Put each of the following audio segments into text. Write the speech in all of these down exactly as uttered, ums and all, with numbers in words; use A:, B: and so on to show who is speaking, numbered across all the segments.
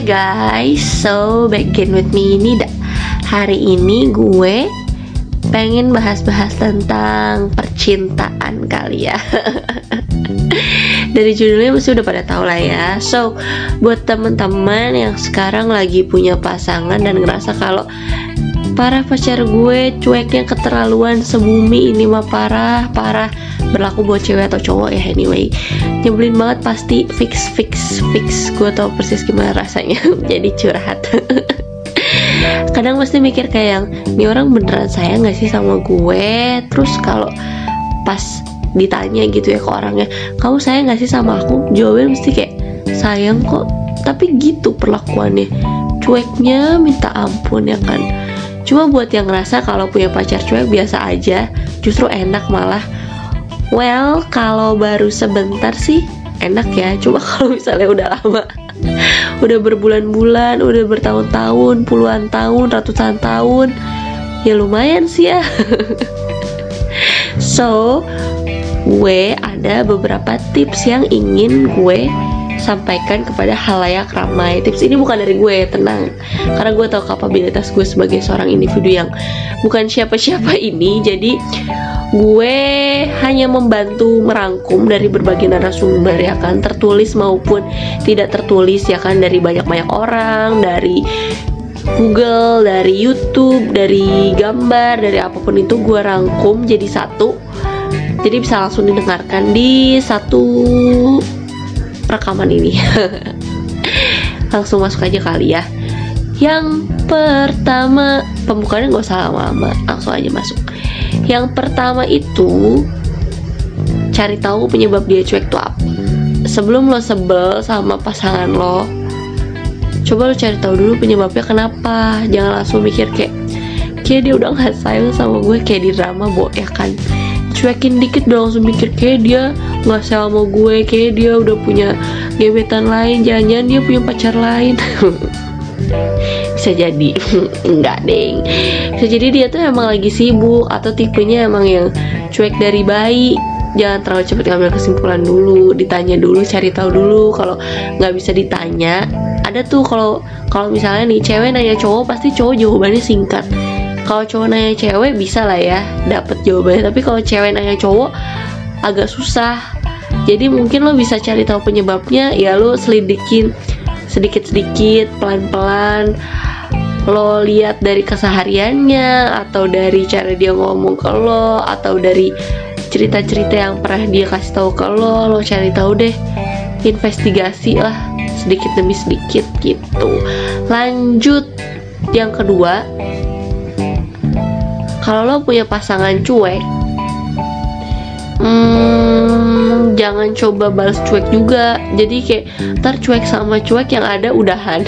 A: Hai guys, so back again with me Nida. Hari ini gue pengen bahas-bahas tentang percintaan kali ya. Dari judulnya pasti udah pada tahu lah ya. So, buat teman-teman yang sekarang lagi punya pasangan dan ngerasa kalau parah pacar gue cueknya keterlaluan sebumi, ini mah parah, parah berlaku buat cewek atau cowok ya, anyway nyebelin banget pasti, fix, fix, fix gue tau persis gimana rasanya. Jadi curhat. Kadang pasti mikir kayak yang, ini orang beneran sayang gak sih sama gue? Terus kalau pas ditanya gitu ya ke orangnya, kamu sayang gak sih sama aku? Jawabnya mesti kayak, sayang kok, tapi gitu perlakuannya, cueknya minta ampun ya kan. Cuma buat yang ngerasa kalau punya pacar cuek biasa aja, justru enak malah. Well, kalau baru sebentar sih enak ya. Cuma kalau misalnya udah lama, udah berbulan-bulan, udah bertahun-tahun, puluhan tahun, ratusan tahun, ya lumayan sih ya. So, gue ada beberapa tips yang ingin gue sampaikan kepada halayak ramai. Tips ini bukan dari gue, tenang, karena gue tahu kapabilitas gue sebagai seorang individu yang bukan siapa-siapa ini. Jadi gue hanya membantu merangkum dari berbagai narasumber ya kan, tertulis maupun tidak tertulis ya kan, dari banyak-banyak orang, dari Google, dari YouTube, dari gambar, dari apapun itu gue rangkum jadi satu. Jadi bisa langsung didengarkan di satu rekaman ini. Langsung masuk aja kali ya. Yang pertama, pembukaannya gak usah lama-lama, langsung aja masuk. Yang pertama itu, cari tahu penyebab dia cuek tuh apa. Sebelum lo sebel sama pasangan lo, coba lo cari tahu dulu penyebabnya kenapa. Jangan langsung mikir kayak, kayak dia udah gak sayang sama gue, kayak di drama bo ya kan. Cuekin dikit udah langsung mikir kayak dia gak sayang sama gue, kayak dia udah punya gebetan lain, jangan-jangan dia punya pacar lain. Bisa jadi. Enggak deng, bisa jadi dia tuh emang lagi sibuk, atau tipenya emang yang cuek dari bayi. Jangan terlalu cepat ngambil kesimpulan dulu, ditanya dulu, cari tahu dulu. Kalau nggak bisa ditanya, ada tuh kalau kalau misalnya nih cewek nanya cowok, pasti cowok jawabannya singkat. Kalau cowok nanya cewek bisa lah ya dapet jawabannya, tapi kalau cewek nanya cowok agak susah. Jadi mungkin lo bisa cari tahu penyebabnya, ya lo selidikin sedikit-sedikit, pelan-pelan. Lo lihat dari kesehariannya, atau dari cara dia ngomong ke lo, atau dari cerita-cerita yang pernah dia kasih tahu ke lo. Lo cari tahu deh, investigasi lah sedikit demi sedikit gitu. Lanjut, yang kedua, kalau lo punya pasangan cuek, hmm, jangan coba balas cuek juga. Jadi kayak ntar cuek sama cuek yang ada udahan.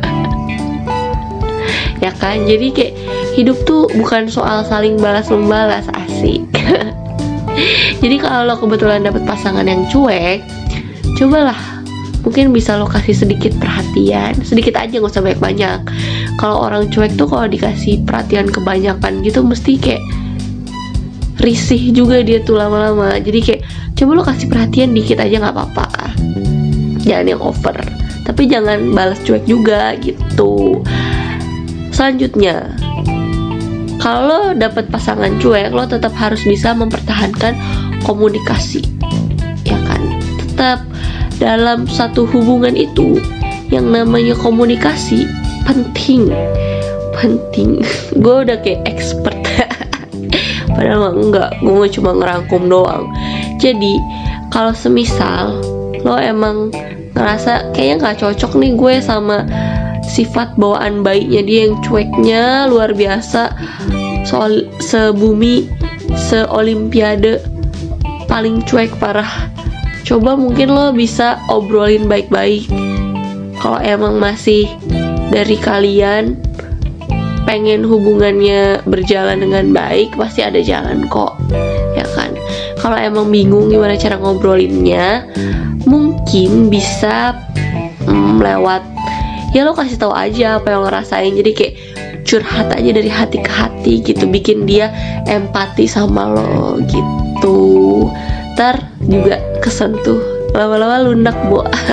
A: Ya kan, jadi kayak hidup tuh bukan soal saling balas membalas, asik. Jadi kalau lo kebetulan dapet pasangan yang cuek, cobalah mungkin bisa lo kasih sedikit perhatian, sedikit aja, gak usah banyak-banyak. Kalau orang cuek tuh kalau dikasih perhatian kebanyakan gitu mesti kayak risih juga dia tuh lama-lama. Jadi kayak coba lo kasih perhatian dikit aja, gak apa-apa, jangan yang over, tapi jangan balas cuek juga gitu. Selanjutnya, kalau dapet pasangan cuek, lo tetap harus bisa mempertahankan komunikasi, ya kan. Tetap dalam satu hubungan itu yang namanya komunikasi penting, penting. Gue udah kayak expert. Padahal enggak, gue cuma ngerangkum doang. Jadi kalau semisal lo emang ngerasa kayaknya nggak cocok nih gue sama sifat bawaan baiknya dia yang cueknya luar biasa, soal sebumi, seolimpiade, paling cuek parah, coba mungkin lo bisa obrolin baik-baik. Kalau emang masih dari kalian pengen hubungannya berjalan dengan baik, pasti ada jalan kok, ya kan. Kalau emang bingung gimana cara ngobrolinnya, mungkin bisa mm, lewat, ya lo kasih tahu aja apa yang lo rasain. Jadi kayak curhat aja dari hati ke hati gitu, bikin dia empati sama lo gitu. Ntar juga kesentuh, lama-lama lunak bo.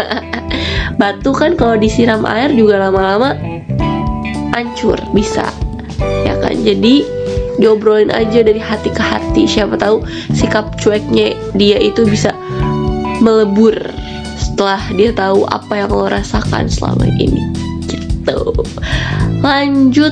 A: Batu kan kalau disiram air juga lama-lama hancur, bisa ya kan. Jadi diobrolin aja dari hati ke hati, siapa tahu sikap cueknya dia itu bisa melebur setelah dia tahu apa yang lo rasakan selama ini gitu. Lanjut,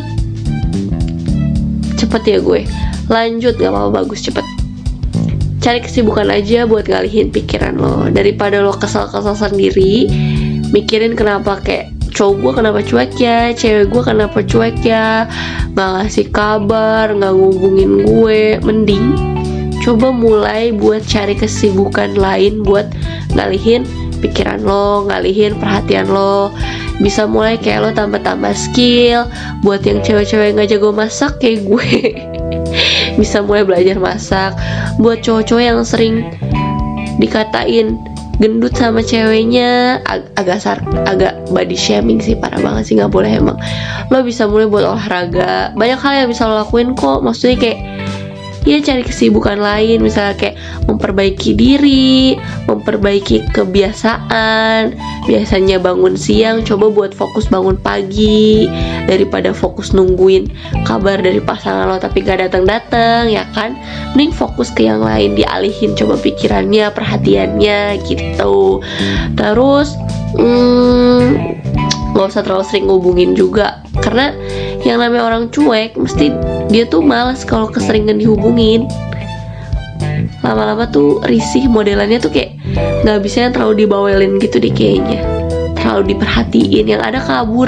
A: cepet ya gue lanjut, gak apa-apa, bagus, cepet. Cari kesibukan aja buat ngalihin pikiran lo, daripada lo kesel-kesel sendiri mikirin kenapa kayak cowok gue kenapa cuek ya, cewek gue kenapa cuek ya, gak ngasih kabar, gak ngubungin gue. Mending coba mulai buat cari kesibukan lain buat ngalihin pikiran lo, ngalihin perhatian lo. Bisa mulai kayak lo tambah-tambah skill. Buat yang cewek-cewek gak jago masak kayak gue bisa mulai belajar masak. Buat cowok-cowok yang sering dikatain gendut sama ceweknya, ag- agak sar agak body shaming sih, parah banget sih, nggak boleh emang. Lo bisa mulai buat olahraga, banyak hal yang bisa lo lakuin kok. Maksudnya kayak ya cari kesibukan lain, misalnya kayak memperbaiki diri, memperbaiki kebiasaan. Biasanya bangun siang, coba buat fokus bangun pagi daripada fokus nungguin kabar dari pasangan lo tapi gak datang-datang, ya kan. Mending fokus ke yang lain, dialihin coba pikirannya, perhatiannya gitu. Terus hmm, gak usah terlalu sering ngubungin juga, karena yang namanya orang cuek mesti dia tuh malas kalau keseringan dihubungin. Lama-lama tuh risih, modelannya tuh kayak nggak bisa yang terlalu dibawelin gitu deh kayaknya, terlalu diperhatiin, yang ada kabur.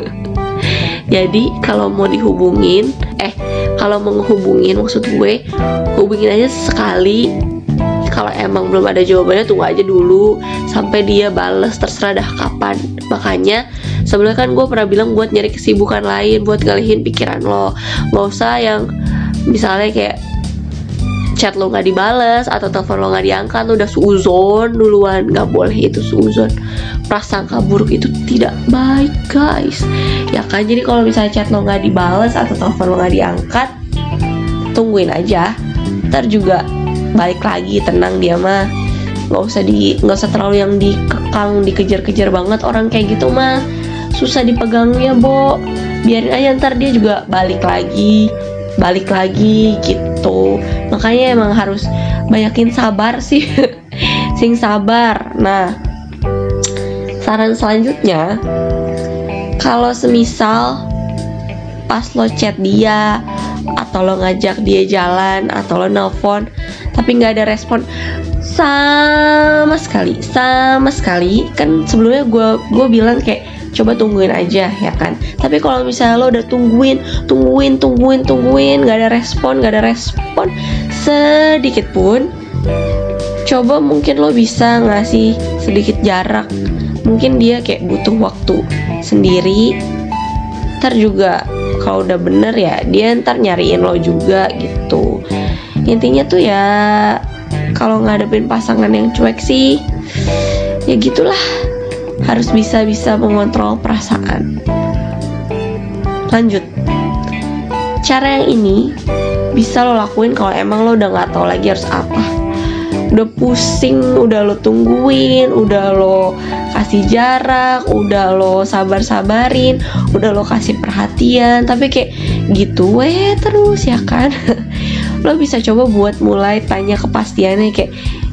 A: Jadi kalau mau dihubungin, eh kalau mau ngehubungin maksud gue, hubungin aja sekali. Kalau emang belum ada jawabannya, tunggu aja dulu sampai dia bales, terserah dah kapan. Makanya sebelumnya kan gue pernah bilang buat nyari kesibukan lain, buat ngalihin pikiran lo. Gak usah yang misalnya kayak chat lo gak dibales atau telepon lo gak diangkat, lo udah suuzon duluan. Gak boleh itu suuzon, prasangka buruk itu tidak baik guys, ya kan. Jadi kalau misalnya chat lo gak dibales atau telepon lo gak diangkat, tungguin aja, ntar juga balik lagi, tenang dia mah. Nggak usah di nggak usah terlalu yang dikekang, dikejar-kejar banget. Orang kayak gitu mah susah dipegangnya, Bo. Biarin aja, ntar dia juga balik lagi balik lagi gitu. Makanya emang harus banyakin sabar sih. Sing sabar. Nah, saran selanjutnya, kalau semisal pas lo chat dia atau lo ngajak dia jalan atau lo nelpon tapi nggak ada respon sama sekali, sama sekali kan sebelumnya gue gue bilang kayak coba tungguin aja, ya kan. Tapi kalau misalnya lo udah tungguin, tungguin, tungguin, tungguin, nggak ada respon, nggak ada respon sedikit pun, coba mungkin lo bisa ngasih sedikit jarak. Mungkin dia kayak butuh waktu sendiri. Ntar juga kalau udah bener ya dia ntar nyariin lo juga gitu. Intinya tuh ya, kalau ngadepin pasangan yang cuek sih ya gitulah, harus bisa-bisa mengontrol perasaan. Lanjut, cara yang ini bisa lo lakuin kalau emang lo udah gak tahu lagi harus apa. Udah pusing, udah lo tungguin, udah lo kasih jarak, udah lo sabar-sabarin, udah lo kasih perhatian, tapi kayak gitu weh terus, ya kan. Lo bisa coba buat mulai tanya kepastiannya kayak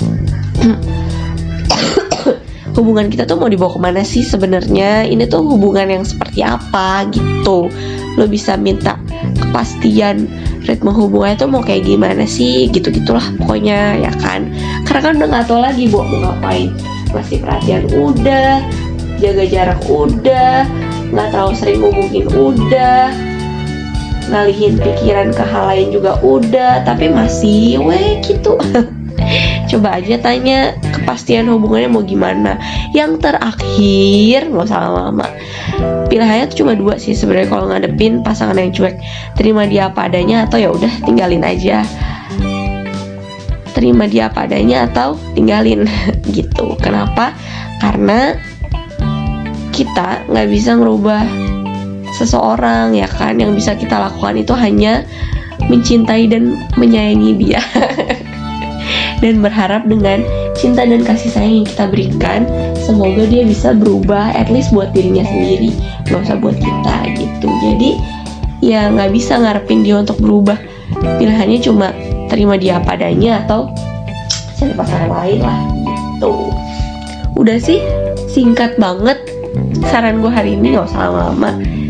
A: hubungan kita tuh mau dibawa kemana sih sebenarnya, ini tuh hubungan yang seperti apa gitu. Lo bisa minta kepastian ritme hubungannya tuh mau kayak gimana sih, gitu-gitulah pokoknya, ya kan. Karena kan udah gak tau lagi mau ngapain. Masih perhatian udah, jaga jarak udah, gak terlalu sering ngomongin udah, ngalihin pikiran ke hal lain juga udah, tapi masih weh gitu. Coba aja tanya kepastian hubungannya mau gimana. Yang terakhir, gak usah lama-lama, pilihannya tuh cuma dua sih sebenarnya kalau ngadepin pasangan yang cuek. Terima dia apa adanya atau ya udah tinggalin aja. Terima dia apa adanya atau tinggalin gitu. Kenapa? Karena kita nggak bisa ngerubah seseorang, ya kan. Yang bisa kita lakukan itu hanya mencintai dan menyayangi dia. Dan berharap dengan cinta dan kasih sayang yang kita berikan, semoga dia bisa berubah at least buat dirinya sendiri, gak usah buat kita gitu. Jadi ya gak bisa ngarepin dia untuk berubah, pilihannya cuma terima dia apa adanya atau cari pasangan lain lah gitu. Udah sih, singkat banget saran gue hari ini, gak usah lama-lama.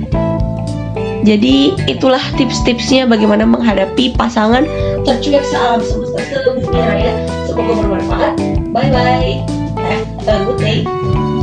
A: Jadi itulah tips-tipsnya bagaimana menghadapi pasangan tercuek sealam semesta sedunia raya. Semoga bermanfaat. Bye bye. Have a good day.